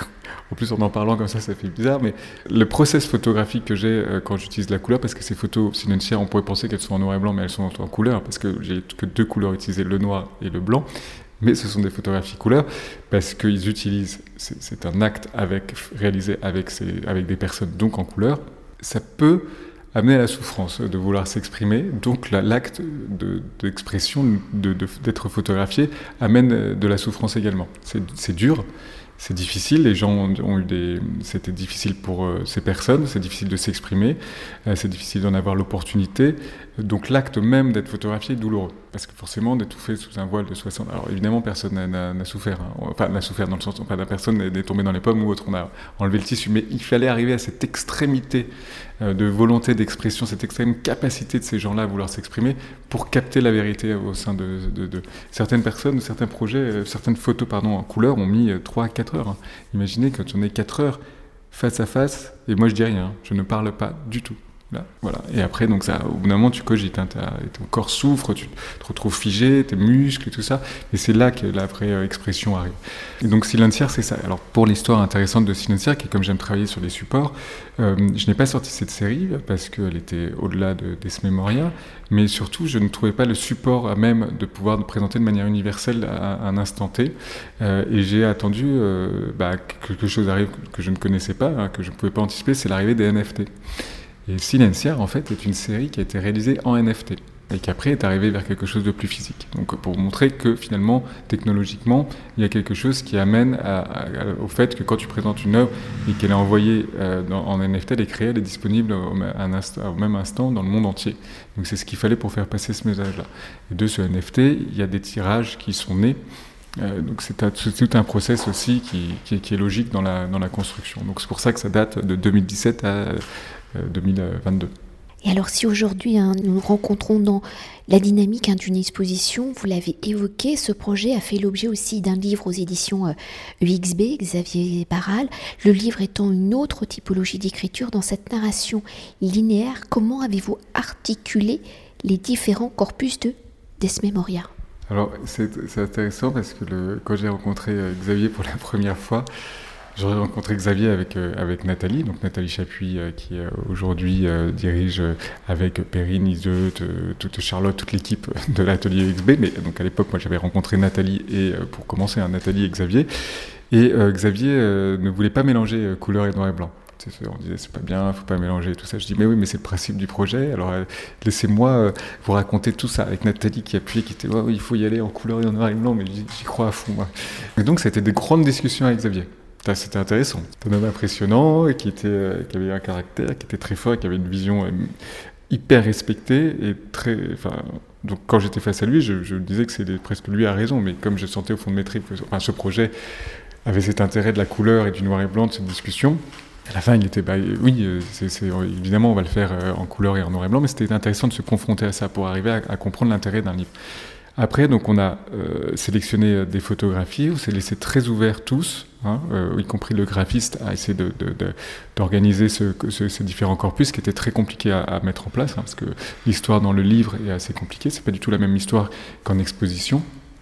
En plus, en en parlant comme ça, ça fait bizarre, mais le process photographique que j'ai euh, quand j'utilise la couleur, parce que ces photos Silentiaire, on pourrait penser qu'elles sont en noir et blanc, mais elles sont en couleur, parce que j'ai que deux couleurs utilisées, le noir et le blanc. Mais ce sont des photographies couleur parce qu'ils utilisent, c'est, c'est un acte avec, réalisé avec, ces, avec des personnes donc en couleur. Ça peut amener à la souffrance de vouloir s'exprimer, donc la, l'acte de, d'expression, de, de, d'être photographié amène de la souffrance également. C'est, c'est dur. C'est difficile, les gens ont, ont eu des... C'était difficile pour euh, ces personnes, c'est difficile de s'exprimer, euh, c'est difficile d'en avoir l'opportunité. Donc l'acte même d'être photographié est douloureux, parce que forcément d'étouffer sous un voile de soixante... Alors évidemment, personne n'a, n'a, n'a souffert, hein. Enfin n'a souffert dans le sens, enfin la personne n'est tombée dans les pommes ou autre, on a enlevé le tissu, mais il fallait arriver à cette extrémité euh, de volonté d'expression, cette extrême capacité de ces gens-là à vouloir s'exprimer pour capter la vérité au sein de... de, de... Certaines personnes, certains projets, euh, certaines photos pardon, en couleur ont mis euh, trois à quatre heures. Hein. Imaginez quand on est quatre heures face à face, et moi je dis rien, je ne parle pas du tout. Là, voilà. Et après, donc ça, au bout d'un moment, tu cogites, hein, ton corps souffre, tu te retrouves figé, tes muscles et tout ça, et c'est là que la vraie euh, expression arrive. Et donc Silentiaire, c'est ça. Alors pour l'histoire intéressante de Silentiaire, qui est comme j'aime travailler sur les supports, euh, je n'ai pas sorti cette série parce qu'elle était au-delà de Desme Moria, mais surtout, je ne trouvais pas le support à même de pouvoir présenter de manière universelle à, à un instant T, euh, et j'ai attendu euh, bah, que quelque chose arrive que je ne connaissais pas, hein, que je ne pouvais pas anticiper, c'est l'arrivée des N F T. Et Silentiaire, en fait, est une série qui a été réalisée en N F T et qui après est arrivée vers quelque chose de plus physique. Donc pour montrer que finalement, technologiquement, il y a quelque chose qui amène à, à, au fait que quand tu présentes une œuvre et qu'elle est envoyée euh, dans, en N F T, elle est créée, elle est disponible au, un instant, au même instant dans le monde entier. Donc c'est ce qu'il fallait pour faire passer ce message-là. Et de ce N F T, il y a des tirages qui sont nés. Euh, donc c'est, un, c'est tout un process aussi qui, qui, qui est logique dans la, dans la construction. Donc c'est pour ça que ça date de deux mille dix-sept à deux mille vingt-deux. Et alors si aujourd'hui hein, nous nous rencontrons dans la dynamique hein, d'une exposition, vous l'avez évoqué, ce projet a fait l'objet aussi d'un livre aux éditions euh, U X B, Xavier Barral, le livre étant une autre typologie d'écriture dans cette narration linéaire. Comment avez-vous articulé les différents corpus de Desme Moria ? Alors c'est, c'est intéressant parce que le, quand j'ai rencontré euh, Xavier pour la première fois, j'aurais rencontré Xavier avec, euh, avec Nathalie, donc Nathalie Chapuis euh, qui euh, aujourd'hui euh, dirige euh, avec Perrine, Iseut, euh, toute Charlotte, toute l'équipe de l'atelier U X B. Mais donc à l'époque, moi j'avais rencontré Nathalie et euh, pour commencer, hein, Nathalie et Xavier. Et euh, Xavier euh, ne voulait pas mélanger euh, couleur et noir et blanc. On disait c'est pas bien, faut pas mélanger tout ça. Je dis mais oui, mais c'est le principe du projet. Alors euh, laissez-moi euh, vous raconter tout ça avec Nathalie qui appuyait, qui était ouais, oui, il faut y aller en couleur et en noir et blanc. Mais j'y, j'y crois à fond. Moi. Et donc c'était des grandes discussions avec Xavier. C'était intéressant. C'était un homme impressionnant, qui, était, euh, qui avait un caractère, qui était très fort, qui avait une vision euh, hyper respectée et très. Enfin, donc quand j'étais face à lui, je, je disais que c'est presque lui a raison, mais comme je sentais au fond de mes tripes, enfin, ce projet avait cet intérêt de la couleur et du noir et blanc de cette discussion. À la fin, il était, bah, oui, c'est, c'est, évidemment, on va le faire en couleur et en noir et blanc, mais c'était intéressant de se confronter à ça pour arriver à, à comprendre l'intérêt d'un livre. Après, donc, on a euh, sélectionné des photographies, on s'est laissé très ouverts tous, hein, euh, y compris le graphiste, à essayer de, de, de, d'organiser ce, ce, ces différents corpus, qui était très compliqué à, à mettre en place, hein, parce que l'histoire dans le livre est assez compliquée, c'est pas du tout la même histoire qu'en exposition,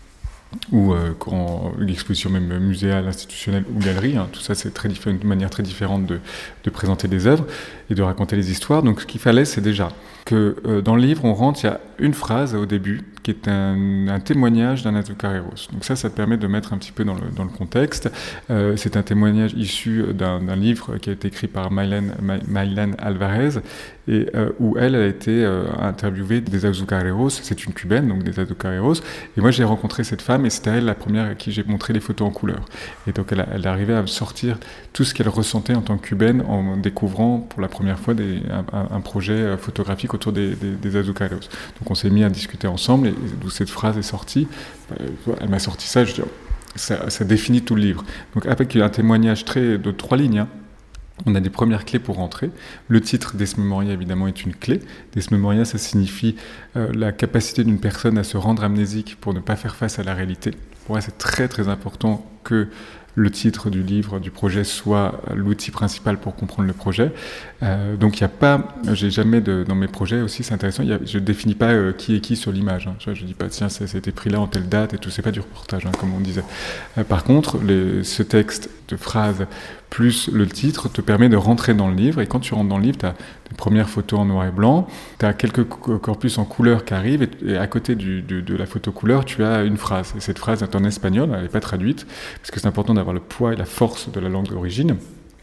ou euh, quand une exposition même muséale, institutionnelle ou galerie, hein, tout ça c'est très diffé- une manière très différente de, de présenter des œuvres et de raconter les histoires. Donc ce qu'il fallait, c'est déjà que euh, dans le livre, on rentre, il y a une phrase au début qui est un, un témoignage d'un azucareros. Donc ça, ça te permet de mettre un petit peu dans le, dans le contexte. Euh, c'est un témoignage issu d'un, d'un livre qui a été écrit par Mylène, Mylène Alvarez, et euh, où elle a été euh, interviewée des azucareros. C'est une cubaine, donc des azucareros. Et moi, j'ai rencontré cette femme et c'était elle la première à qui j'ai montré les photos en couleur. Et donc elle, a, elle arrivait à me sortir tout ce qu'elle ressentait en tant que cubaine en découvrant pour la première fois des, un, un projet photographique autour des, des, des azucareros. Donc on s'est mis à discuter ensemble et d'où cette phrase est sortie. Elle m'a sorti ça, je dis, ça, ça définit tout le livre. Donc avec un témoignage très, de trois lignes, hein, on a des premières clés pour rentrer. Le titre Desme Moria, évidemment, est une clé. Desme Moria, ça signifie euh, la capacité d'une personne à se rendre amnésique pour ne pas faire face à la réalité. Pour moi, c'est très très important que le titre du livre, du projet, soit l'outil principal pour comprendre le projet. Euh, donc il n'y a pas, j'ai jamais de, dans mes projets aussi, c'est intéressant, y a, je ne définis pas euh, qui est qui sur l'image. Hein. Tu vois, je ne dis pas tiens, ça, ça a été pris là en telle date et tout, c'est pas du reportage, hein, comme on disait. Euh, par contre, les, ce texte de phrases plus le titre te permet de rentrer dans le livre, et quand tu rentres dans le livre, tu as des premières photos en noir et blanc, tu as quelques corpus en couleur qui arrivent, et, et à côté du, du, de la photo couleur, tu as une phrase. Et cette phrase est en espagnol, elle n'est pas traduite, parce que c'est important d'avoir le poids et la force de la langue d'origine.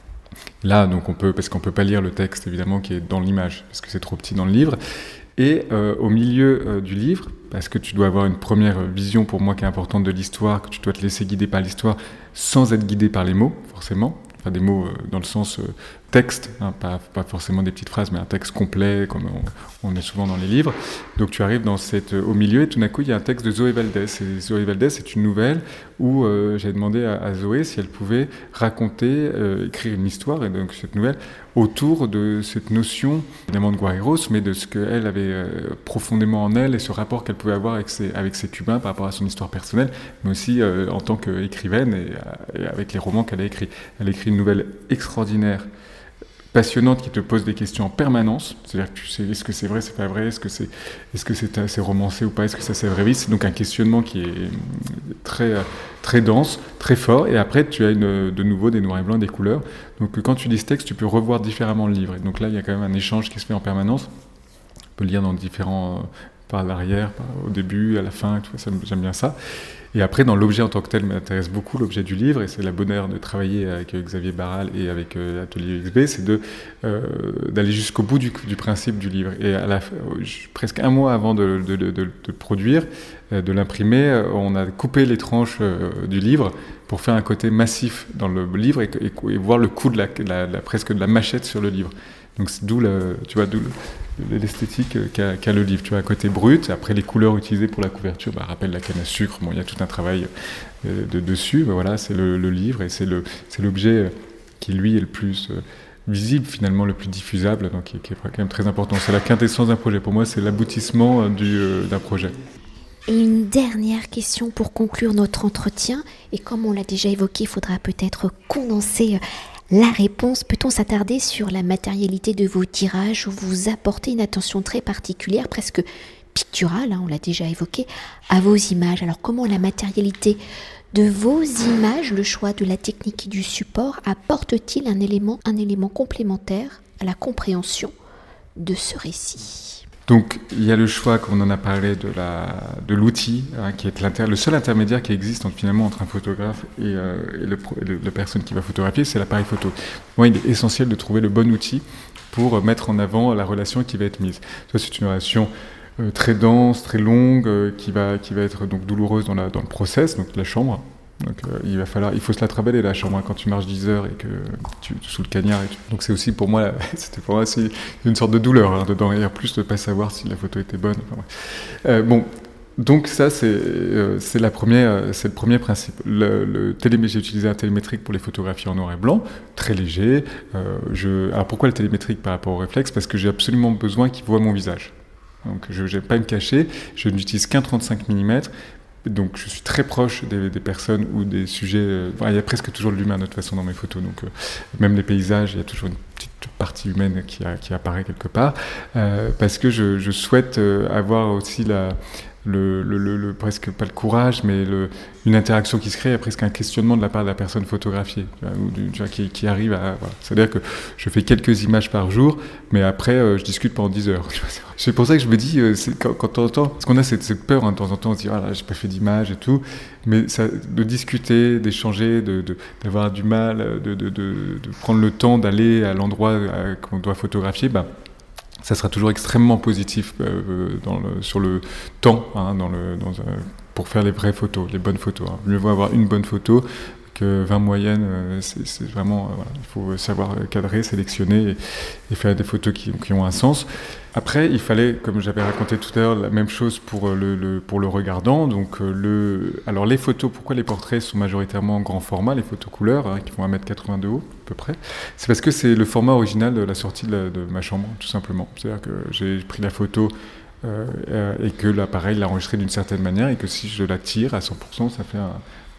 Là, donc on peut, parce qu'on ne peut pas lire le texte, évidemment, qui est dans l'image, parce que c'est trop petit dans le livre. Et euh, au milieu euh, du livre, parce que tu dois avoir une première vision, pour moi, qui est importante de l'histoire, que tu dois te laisser guider par l'histoire, sans être guidé par les mots, forcément. Enfin, des mots euh, dans le sens euh, texte, hein, pas, pas forcément des petites phrases, mais un texte complet, comme on, on est souvent dans les livres. Donc tu arrives dans cette, euh, au milieu, et tout d'un coup, il y a un texte de Zoé Valdès. Et Zoé Valdès, c'est une nouvelle où euh, j'ai demandé à, à Zoé si elle pouvait raconter, euh, écrire une histoire, et donc cette nouvelle, autour de cette notion, évidemment de Guarreros, mais de ce qu'elle avait euh, profondément en elle, et ce rapport qu'elle pouvait avoir avec ses, avec ses Cubains par rapport à son histoire personnelle, mais aussi euh, en tant qu'écrivaine, et, et avec les romans qu'elle a écrits. Elle a écrit une nouvelle extraordinaire, passionnante, qui te pose des questions en permanence. C'est-à-dire que tu sais, est-ce que c'est vrai, c'est pas vrai, est-ce que c'est, est-ce que c'est, c'est romancé ou pas, est-ce que ça c'est vrai, c'est donc un questionnement qui est très, très dense, très fort. Et après, tu as une, de nouveau des noirs et blancs, des couleurs. Donc quand tu lis ce texte, tu peux revoir différemment le livre. Et donc là, il y a quand même un échange qui se fait en permanence. On peut le lire dans différents, par l'arrière, par, au début, à la fin, tout ça, j'aime bien ça. Et après, dans l'objet en tant que tel, m'intéresse beaucoup l'objet du livre, et c'est la bonheur de travailler avec Xavier Barral et avec euh, Atelier X B, c'est de, euh, d'aller jusqu'au bout du, du principe du livre. Et à la, presque un mois avant de, de, de, de, de produire, euh, de l'imprimer, on a coupé les tranches euh, du livre pour faire un côté massif dans le livre, et, et, et voir le coup de la, la, la, presque de la machette sur le livre. Donc c'est d'où, le, tu vois, d'où le, l'esthétique qu'a, qu'a le livre. Tu vois, un côté brut. Après, les couleurs utilisées pour la couverture, bah, rappellent la canne à sucre. Bon, il y a tout un travail euh, de, dessus. Mais voilà, c'est le, le livre, et c'est, le, c'est l'objet qui, lui, est le plus euh, visible, finalement, le plus diffusable, donc qui, qui est quand même très important. C'est la quintessence d'un projet. Pour moi, c'est l'aboutissement du, euh, d'un projet. Et une dernière question pour conclure notre entretien. Et comme on l'a déjà évoqué, il faudra peut-être condenser la réponse. Peut-on s'attarder sur la matérialité de vos tirages, où vous apportez une attention très particulière, presque picturale, hein, on l'a déjà évoqué, à vos images. Alors comment la matérialité de vos images, le choix de la technique et du support, apporte-t-il un élément, un élément complémentaire à la compréhension de ce récit ? Donc, il y a le choix, comme on en a parlé, de, la, de l'outil, hein, qui est l'inter, le seul intermédiaire qui existe entre, finalement entre un photographe et, euh, et, le, et le, la personne qui va photographier, c'est l'appareil photo. Moi, il est essentiel de trouver le bon outil pour mettre en avant la relation qui va être mise. Ça, c'est une relation euh, très dense, très longue, euh, qui, va, qui va être donc douloureuse dans, la, dans le process, donc la chambre. Donc euh, il va falloir, il faut se la travailler la chambre, hein, quand tu marches dix heures et que tu sous le cagnard. Et tu... Donc c'est aussi pour moi, c'était pour moi c'est une sorte de douleur, hein, dedans, et en plus de ne pas savoir si la photo était bonne. Enfin, euh, bon, donc ça c'est euh, c'est la première, c'est le premier principe. Le, le télé... J'ai utilisé un télémétrique pour les photographies en noir et blanc, très léger. Euh, je... Alors pourquoi le télémétrique par rapport au réflexe ? Parce que j'ai absolument besoin qu'il voit mon visage. Donc je n'aime pas me cacher. Je n'utilise qu'un trente-cinq millimètres. Donc je suis très proche des, des personnes ou des sujets. Euh, enfin, il y a presque toujours de l'humain de toute façon dans mes photos. Donc euh, même les paysages, il y a toujours une petite partie humaine qui, a, qui apparaît quelque part. Euh, parce que je, je souhaite euh, avoir aussi la, le, le, le, le presque pas le courage, mais le, une interaction qui se crée, presque un questionnement de la part de la personne photographiée, tu vois, ou du, tu vois, qui, qui arrive à. Voilà. C'est-à-dire que je fais quelques images par jour, mais après euh, je discute pendant dix heures. Tu vois, c'est, c'est pour ça que je me dis, euh, c'est, quand, quand on entend, parce qu'on a cette, cette peur, hein, de temps en temps, on se dit, ah là, j'ai pas fait d'image et tout, mais ça, de discuter, d'échanger, de, de, d'avoir du mal, de, de, de, de prendre le temps d'aller à l'endroit à, qu'on doit photographier, bah, ça sera toujours extrêmement positif euh, dans le, sur le temps, hein, dans le, dans, euh, pour faire les vraies photos, les bonnes photos. Hein. Mieux vaut avoir une bonne photo que vingt moyennes, euh, c'est, c'est vraiment, euh, voilà, il faut savoir cadrer, sélectionner et, et faire des photos qui, qui ont un sens. Après, il fallait, comme j'avais raconté tout à l'heure, la même chose pour le, le, pour le regardant. Donc, le, alors les photos, pourquoi les portraits sont majoritairement en grand format, les photos couleurs, hein, qui font un mètre quatre-vingts de haut, à peu près. C'est parce que c'est le format original de la sortie de, la, de ma chambre, tout simplement. C'est-à-dire que j'ai pris la photo euh, et que l'appareil l'a enregistrée d'une certaine manière, et que si je la tire à cent pour cent, ça fait un,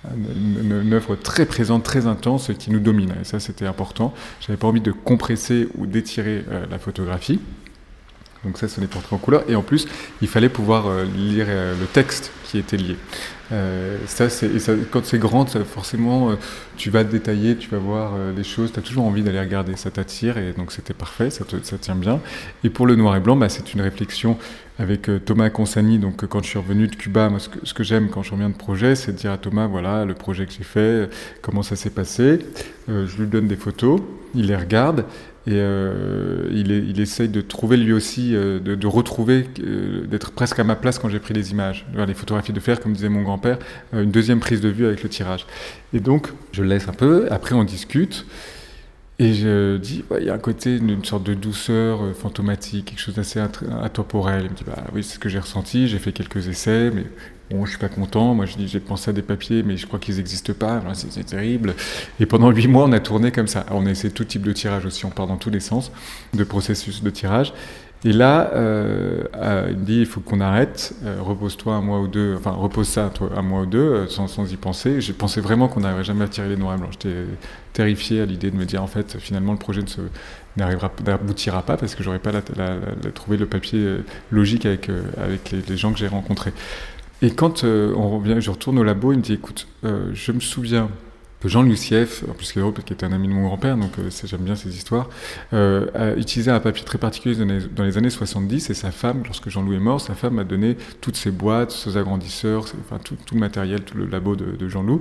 une, une œuvre très présente, très intense, qui nous domine. Et ça, c'était important. J'avais pas envie de compresser ou d'étirer euh, la photographie. Donc ça, c'est des portraits en couleur. Et en plus, il fallait pouvoir euh, lire euh, le texte qui était lié. Euh, ça, c'est, et ça, quand c'est grand, ça, forcément, euh, tu vas détailler, tu vas voir euh, des choses, tu as toujours envie d'aller regarder, ça t'attire, et donc c'était parfait, ça, te, ça tient bien. Et pour le noir et blanc, bah, c'est une réflexion avec euh, Thomas Consani. Donc euh, quand je suis revenu de Cuba, moi, ce, que, ce que j'aime quand je reviens de projet, c'est de dire à Thomas, voilà, le projet que j'ai fait, euh, comment ça s'est passé. Euh, je lui donne des photos, il les regarde, et euh, il, est, il essaye de trouver lui aussi, euh, de, de retrouver, euh, d'être presque à ma place quand j'ai pris les images. Les photographies de faire, comme disait mon grand-père, euh, une deuxième prise de vue avec le tirage. Et donc, je laisse un peu, après on discute, et je dis, il ouais, y a un côté, une, une sorte de douceur euh, fantomatique, quelque chose d'assez intemporel. Il me dit, bah oui, c'est ce que j'ai ressenti, j'ai fait quelques essais, mais bon, je suis pas content. Moi, je dis, j'ai pensé à des papiers, mais je crois qu'ils n'existent pas. Enfin, c'est, c'est terrible. Et pendant huit mois, on a tourné comme ça. Alors, on a essayé tout type de tirage aussi. On part dans tous les sens de processus de tirage. Et là, euh, euh, il me dit, il faut qu'on arrête. Euh, repose-toi un mois ou deux. Enfin, repose ça toi, un mois ou deux, euh, sans, sans y penser. J'ai pensé vraiment qu'on n'arriverait jamais à tirer les noirs et blancs. J'étais terrifié à l'idée de me dire, en fait, finalement, le projet ne se, n'arrivera, n'aboutira pas parce que j'aurais pas la, la, la, la, trouvé le papier logique avec, euh, avec les, les gens que j'ai rencontrés. Et quand euh, on revient, je retourne au labo, il me dit, écoute, euh, je me souviens que Jean-Louis Sief, en plus qui est drôle, qui était un ami de mon grand-père, donc euh, j'aime bien ces histoires, euh, a utilisé un papier très particulier dans les, dans les années soixante-dix, et sa femme, lorsque Jean-Louis est mort, sa femme m'a donné toutes ses boîtes, ses agrandisseurs, ses, enfin tout, tout le matériel, tout le labo de, de Jean-Louis.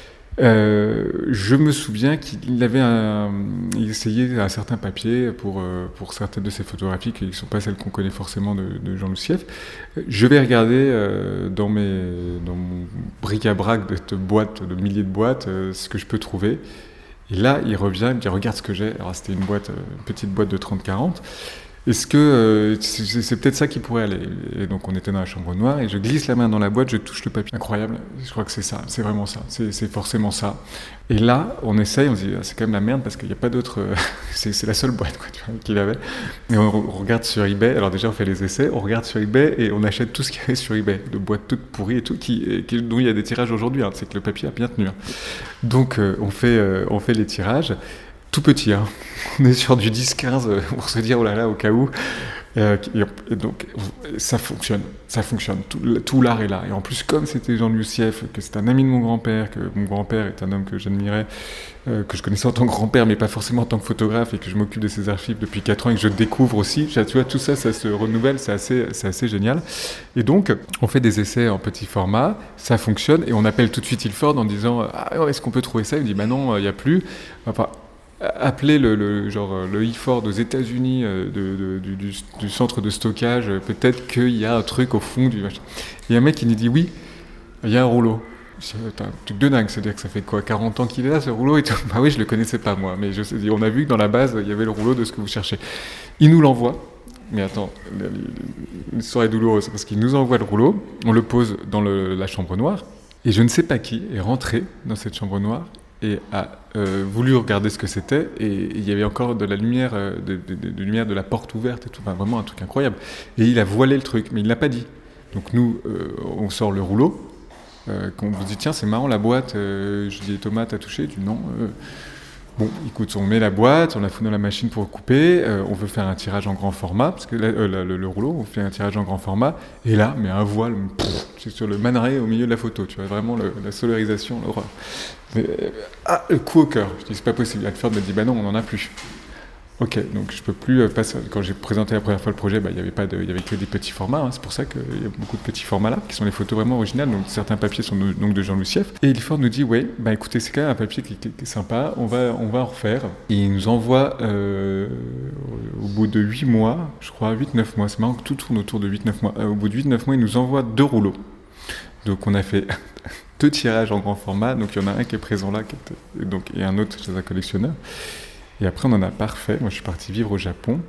Euh, je me souviens qu'il avait un, il essayait un certain papier pour, euh, pour certaines de ses photographies qui ne sont pas celles qu'on connaît forcément de, de Jean-Louis Sief. Je vais regarder euh, dans, mes, dans mon bric-à-brac de cette boîte, de milliers de boîtes, euh, ce que je peux trouver. Et là, il revient, il me dit, regarde ce que j'ai. Alors c'était une boîte, une petite boîte de trente quarante. Est-ce que euh, c'est, c'est peut-être ça qui pourrait aller? Et donc on était dans la chambre noire et je glisse la main dans la boîte, je touche le papier. Incroyable, je crois que c'est ça, c'est vraiment ça, c'est, c'est forcément ça. Et là, on essaye, on se dit, ah, c'est quand même la merde parce qu'il n'y a pas d'autre... Euh, c'est, c'est la seule boîte quoi, tu vois, qu'il avait. Et on, on regarde sur eBay, alors déjà on fait les essais, on regarde sur eBay et on achète tout ce qu'il y avait sur eBay, de boîtes toutes pourries et tout, qui, qui, dont il y a des tirages aujourd'hui, hein, c'est que le papier a bien tenu. Hein. Donc euh, on, fait, euh, on fait les tirages. Tout petit, hein. On est sur du dix quinze pour se dire oh là là au cas où. Euh, et donc ça fonctionne, ça fonctionne. Tout, tout l'art est là. Et en plus, comme c'était Jean-Louis Sief, que c'est un ami de mon grand-père, que mon grand-père est un homme que j'admirais, euh, que je connaissais en tant que grand-père, mais pas forcément en tant que photographe, et que je m'occupe de ses archives depuis quatre ans et que je découvre aussi. Tu vois, tout ça, ça se renouvelle, c'est assez, c'est assez génial. Et donc, on fait des essais en petit format, ça fonctionne, et on appelle tout de suite Ilford en disant ah, est-ce qu'on peut trouver ça? Il me dit bah non, il n'y a plus. Enfin, appeler le, le, genre, le Ilford aux États-Unis euh, de, de, du, du, du centre de stockage, euh, peut-être qu'il y a un truc au fond du machin. Il y a un mec qui nous dit oui, il y a un rouleau. C'est un truc de dingue, c'est-à-dire que ça fait quoi, quarante ans qu'il est là ce rouleau et tout. Bah oui, je le connaissais pas moi, mais je sais, on a vu que dans la base il y avait le rouleau de ce que vous cherchez. Il nous l'envoie. Mais attends, l'histoire est douloureuse parce qu'il nous envoie le rouleau, on le pose dans le, la chambre noire, et je ne sais pas qui est rentré dans cette chambre noire et a euh, voulu regarder ce que c'était, et il y avait encore de la lumière, euh, de, de, de, de lumière de la porte ouverte et tout, enfin, vraiment un truc incroyable. Et il a voilé le truc, mais il l'a pas dit. Donc nous, euh, on sort le rouleau, euh, qu'on vous dit tiens c'est marrant la boîte, euh, je dis Thomas t'as touché, tu dis non. Euh, Bon, écoute, on met la boîte, on la fout dans la machine pour couper, euh, on veut faire un tirage en grand format, parce que là, euh, le, le, le rouleau, on fait un tirage en grand format, et là, mais un voile, pff, c'est sur le Man Ray au milieu de la photo, tu vois, vraiment le, la solarisation, l'horreur. Mais, euh, ah, le coup au cœur, je dis c'est pas possible, Alfred me dit bah non, on n'en a plus. Ok, donc je peux plus euh, passer. Quand j'ai présenté la première fois le projet, bah, il y avait pas de, il y avait que des petits formats. Hein, c'est pour ça qu'il y a beaucoup de petits formats là, qui sont les photos vraiment originales. Donc certains papiers sont de, donc de Jean-Louis Sief. Et Ilford nous dit ouais, bah écoutez, c'est quand même un papier qui, qui, qui est sympa. On va, on va en refaire. Et il nous envoie euh, au bout de huit mois, je crois huit neuf mois. C'est marrant que tout tourne autour de huit neuf mois. Euh, au bout de huit neuf mois, il nous envoie deux rouleaux. Donc on a fait deux tirages en grand format. Donc il y en a un qui est présent là, qui est, donc et un autre chez un collectionneur. Et après, on en a parfait. Moi, je suis parti vivre au Japon.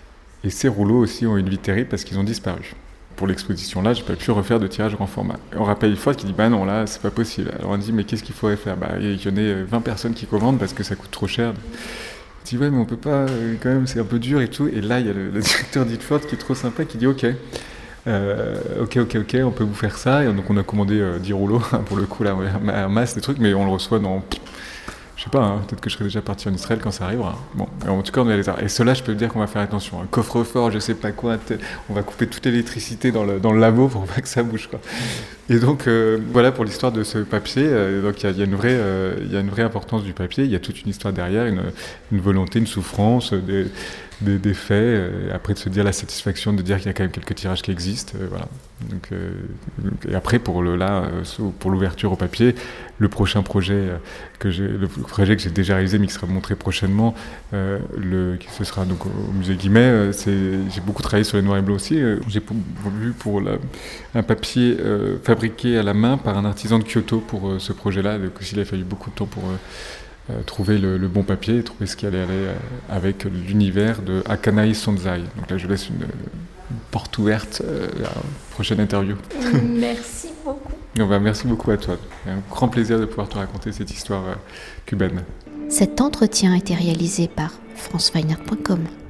Et ces rouleaux aussi ont une vie terrible parce qu'ils ont disparu. Pour l'exposition-là, je n'ai pas pu refaire de tirage grand format. Et on rappelle une fois qu'il dit « bah non, là, c'est pas possible ». Alors on dit « mais qu'est-ce qu'il faudrait faire ?» Bah, il y en a vingt personnes qui commandent parce que ça coûte trop cher. Il dit « ouais, mais on peut pas, quand même, c'est un peu dur et tout ». Et là, il y a le, le directeur d'Ilford qui est trop sympa, qui dit « ok, Euh, ok, ok, ok, on peut vous faire ça. Et donc on a commandé euh, dix rouleaux, pour le coup, là, un masse des trucs, mais on le reçoit dans... Je sais pas, hein, peut-être que je serai déjà parti en Israël quand ça arrivera. Bon, en tout cas, on va les avoir. Et cela, je peux te dire qu'on va faire attention. Un coffre-fort, je sais pas quoi, on va couper toute l'électricité dans le, dans le labo pour pas que ça bouge, quoi. Et donc, euh, voilà pour l'histoire de ce papier. Euh, donc, il y, y, y a une vraie importance du papier. Il y a toute une histoire derrière, une, une volonté, une souffrance, des, des, des faits. Euh, après, de se dire la satisfaction de dire qu'il y a quand même quelques tirages qui existent. Euh, voilà. Donc, euh, et après, pour, le, là, pour l'ouverture au papier, le prochain projet que j'ai, le projet que j'ai déjà réalisé mais qui sera montré prochainement, euh, le, ce sera donc au musée Guimet. C'est, j'ai beaucoup travaillé sur les noirs et blancs aussi. J'ai vu pour la, un papier euh, fabriqué à la main par un artisan de Kyoto pour euh, ce projet-là. Donc aussi, il a fallu beaucoup de temps pour euh, euh, trouver le, le bon papier et trouver ce qui allait aller euh, avec l'univers de Akanai Sonzai. Donc là, je laisse une, une porte ouverte euh, à la prochaine interview. Merci beaucoup. Et ben, merci beaucoup à toi. C'est un grand plaisir de pouvoir te raconter cette histoire euh, cubaine. Cet entretien a été réalisé par france fine art point com.